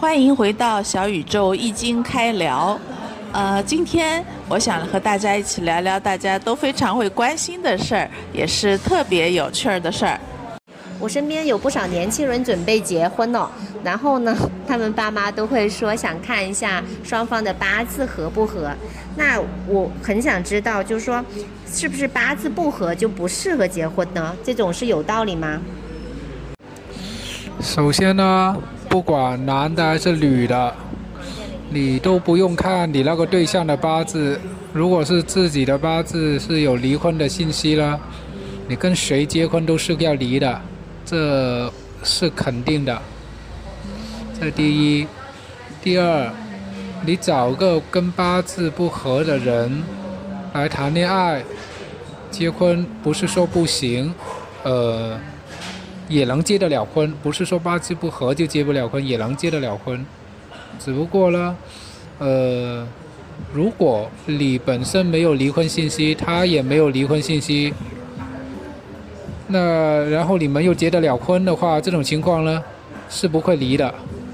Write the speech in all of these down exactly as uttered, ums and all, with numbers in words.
欢迎回到小宇宙易经开聊。呃，今天我想和大家一起聊聊大家都非常会关心的事儿，也是特别有趣儿的事儿。 我身边有不少年轻人准备结婚了，然后呢，他们爸妈都会说想看一下双方的八字合不合。那我很想知道，就是说，是不是八字不合就不适合结婚呢？这种是有道理吗？ 首先呢，不管男的还是女的，你都不用看你那个对象的八字。如果是自己的八字是有离婚的信息了，你跟谁结婚都是要离的，这是肯定的。这第一。第二，你找个跟八字不合的人来谈恋爱，结婚不是说不行，呃。也能结得了婚，不是说八字不合就结不了婚，也能结得了婚。只不过呢，呃，如果你本身没有离婚信息，他也没有离婚信息，那然后你们又结得了婚的话，这种情况呢是不会离的。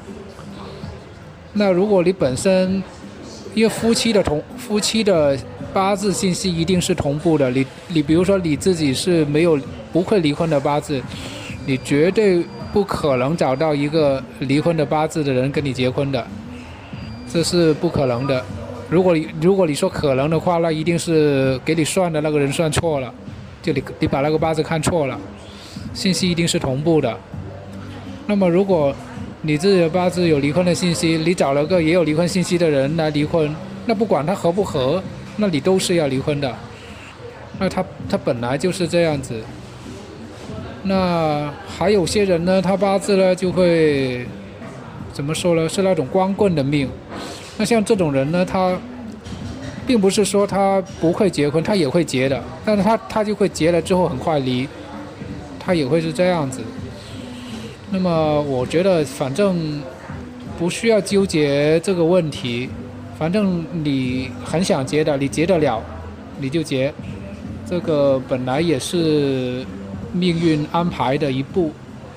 那如果你本身，因为夫妻的同夫妻的八字信息一定是同步的，你你比如说你自己是没有不会离婚的八字。你绝对不可能找到一个离婚的八字的人跟你结婚的，这是不可能的。如果你如果你说可能的话，那一定是给你算的那个人算错了，就你你把那个八字看错了，信息一定是同步的。那么如果你自己的八字有离婚的信息，你找了个也有离婚信息的人来离婚，那不管他合不合，那你都是要离婚的。那他他本来就是这样子。那还有些人呢，他八字呢就会怎么说呢？是那种光棍的命。那像这种人呢，他并不是说他不会结婚，他也会结的，但是他他就会结了之后很快离，他也会是这样子。那么我觉得反正不需要纠结这个问题，反正你很想结的，你结得了，你就结。这个本来也是命运安排的一步。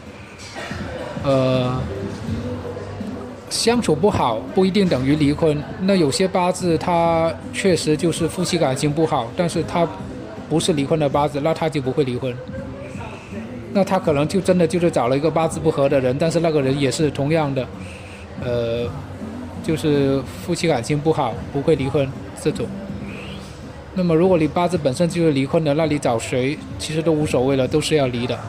呃，相处不好不一定等于离婚。那有些八字他确实就是夫妻感情不好，但是他不是离婚的八字，那他就不会离婚。那他可能就真的就是找了一个八字不合的人，但是那个人也是同样的，呃，就是夫妻感情不好，不会离婚这种。那么如果你八字本身就是离婚的，那你找谁其实都无所谓了，都是要离的。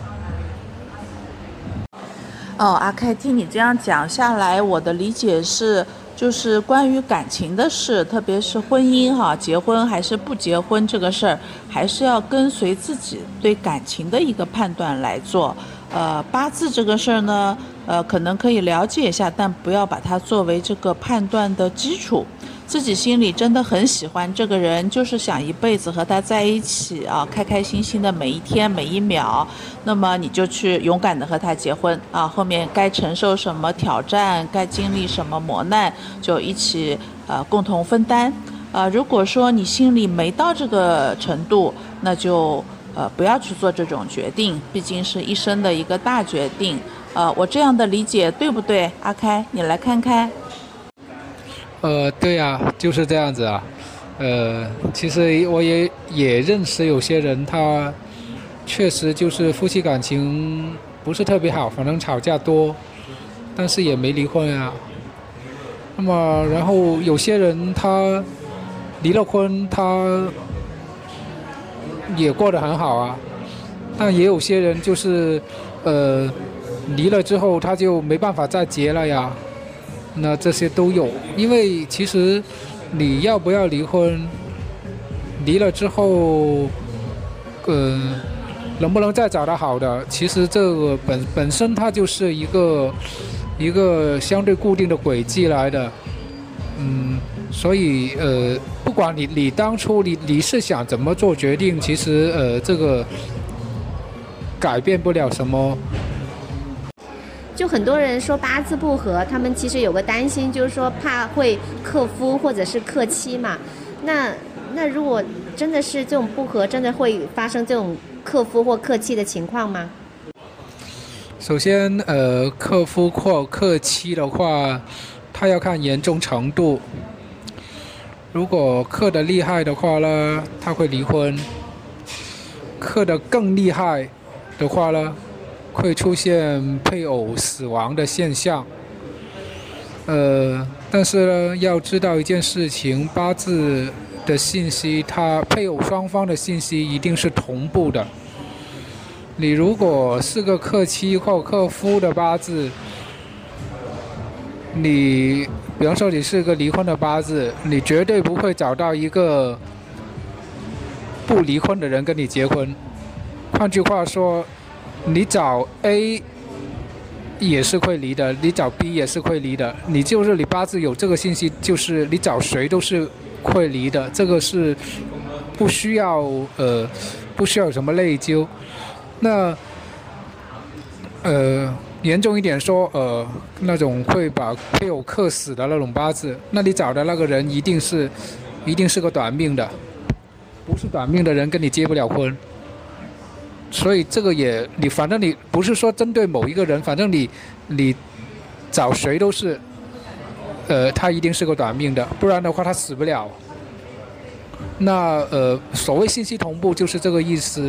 哦，阿开，听你这样讲下来，我的理解是，就是关于感情的事，特别是婚姻哈，结婚还是不结婚这个事儿，还是要跟随自己对感情的一个判断来做。呃，八字这个事儿呢，呃，可能可以了解一下，但不要把它作为这个判断的基础。自己心里真的很喜欢这个人，就是想一辈子和他在一起啊，开开心心的每一天每一秒，那么你就去勇敢的和他结婚啊，后面该承受什么挑战，该经历什么磨难，就一起呃共同分担。呃，如果说你心里没到这个程度，那就呃不要去做这种决定，毕竟是一生的一个大决定。呃，我这样的理解对不对？阿开，你来看看。 呃，对啊，就是这样子啊。呃，其实我也也认识有些人，他确实就是夫妻感情不是特别好，反正吵架多，但是也没离婚啊。那么，然后有些人他离了婚，他也过得很好啊。但也有些人就是呃离了之后，他就没办法再结了呀。那这些都有，因为其实你要不要离婚，离了之后，呃，能不能再找到好的，其实这个本本身它就是一个一个相对固定的轨迹来的，嗯，所以呃，不管你你当初你你是想怎么做决定，其实呃这个改变不了什么。 就很多人说八字不合，他们其实有个担心，就是说怕会克夫或者是克妻嘛。那那如果真的是这种不合，真的会发生这种克夫或克妻的情况吗？ 首先，呃，克夫或克妻的话，他要看严重程度。如果克得厉害的话呢，他会离婚；克得更厉害的话呢，会出现配偶死亡的现象。呃，但是呢，要知道一件事情，八字的信息，它配偶双方的信息一定是同步的。你如果是个克妻或克夫的八字，你比方说你是个离婚的八字，你绝对不会找到一个不离婚的人跟你结婚。换句话说，你找 A 也是会离的，你找 B 也是会离的。你就是你八字有这个信息，就是你找谁都是会离的，这个是不需要呃不需要有什么内疚。那呃严重一点说，呃那种会把配偶克死的那种八字，那你找的那个人一定是一定是个短命的，不是短命的人跟你结不了婚。所以这个也你反正你不是说针对某一个人，反正你你找谁都是，呃他一定是个短命的，不然的话他死不了。那呃所谓信息同步就是这个意思。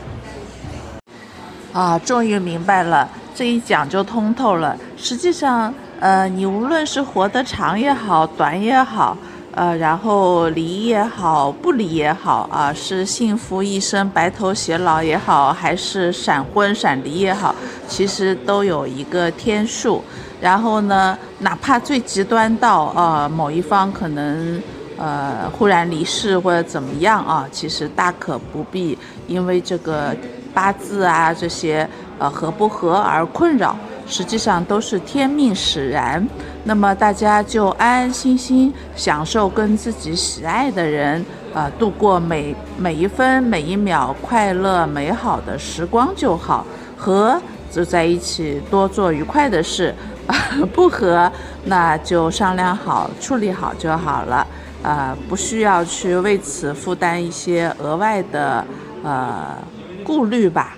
啊，终于明白了，这一讲就通透了。实际上，呃，你无论是活得长也好，短也好，呃，然后离也好，不离也好，啊，是幸福一生白头偕老也好，还是闪婚闪离也好，其实都有一个天数。然后呢，哪怕最极端到呃某一方可能呃忽然离世或者怎么样啊，其实大可不必因为这个八字啊这些呃合不合而困扰，实际上都是天命使然。那么大家就安安心心享受跟自己喜爱的人呃度过每每一分每一秒快乐美好的时光就好，合就在一起多做愉快的事，不合那就商量好处理好就好了，呃不需要去为此负担一些额外的呃顾虑吧。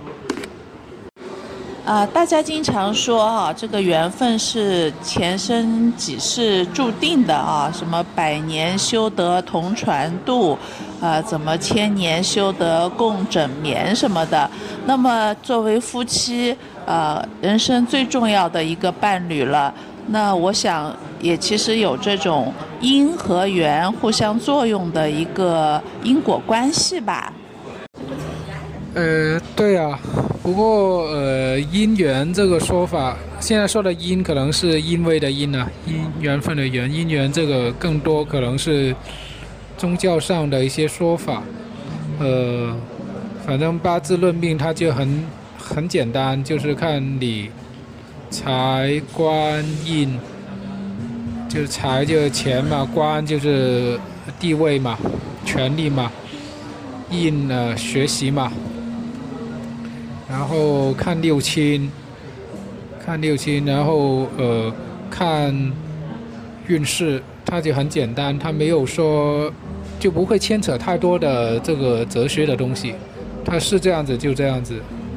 呃，大家经常说啊，这个缘分是前生几世注定的啊，什么百年修得同船渡，呃，怎么千年修得共枕眠什么的。那么作为夫妻，呃，人生最重要的一个伴侣了。那我想也其实有这种因和缘互相作用的一个因果关系吧。 呃，对啊，不过呃，因缘这个说法，现在说的因可能是因为的因啊，因缘分的缘，因缘这个更多可能是宗教上的一些说法。呃，反正八字论命它就很很简单，就是看你财官印，就财就是钱嘛，官就是地位嘛，权力嘛，印呢学习嘛。然后看六亲，看六亲，然后呃看运势，它就很简单，它没有说就不会牵扯太多的这个哲学的东西，它是这样子就这样子。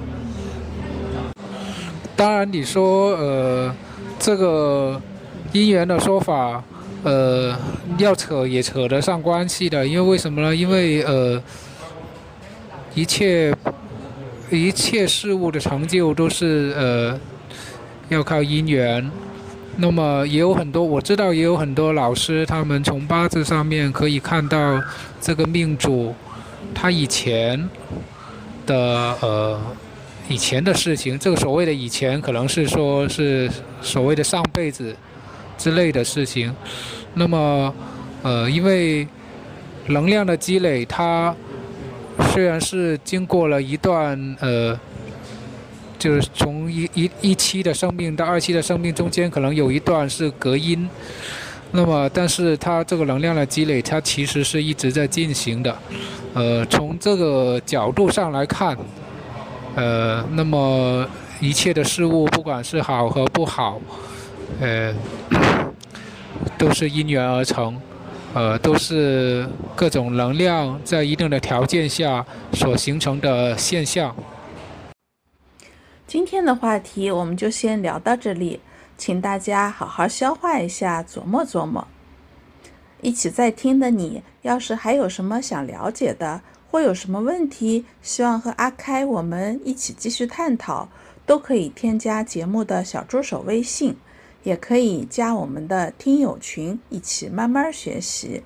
当然你说呃这个姻缘的说法，呃要扯也扯得上关系的，因为为什么呢？因为呃一切。一切事物的成就都是呃要靠因缘，那么也有很多我知道也有很多老师，他们从八字上面可以看到这个命主他以前的呃以前的事情，这个所谓的以前可能是说是所谓的上辈子之类的事情。那么呃因为能量的积累，它虽然是经过了一段呃，就是从一一一期的生命到二期的生命中间，可能有一段是隔音，那么但是它这个能量的积累，它其实是一直在进行的。呃，从这个角度上来看，呃，那么一切的事物，不管是好和不好，呃，都是因缘而成。呃，都是各种能量在一定的条件下所形成的现象。 今天的话题我们就先聊到这里，请大家好好消化一下，琢磨琢磨。一起在听的你，要是还有什么想了解的，或有什么问题，希望和阿开我们一起继续探讨，都可以添加节目的小助手微信，也可以加我们的听友群，一起慢慢学习。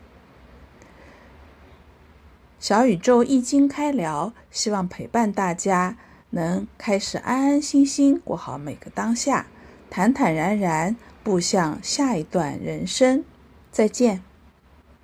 小宇宙易经开聊，希望陪伴大家能开始安安心心过好每个当下，坦坦然然步向下一段人生。再见。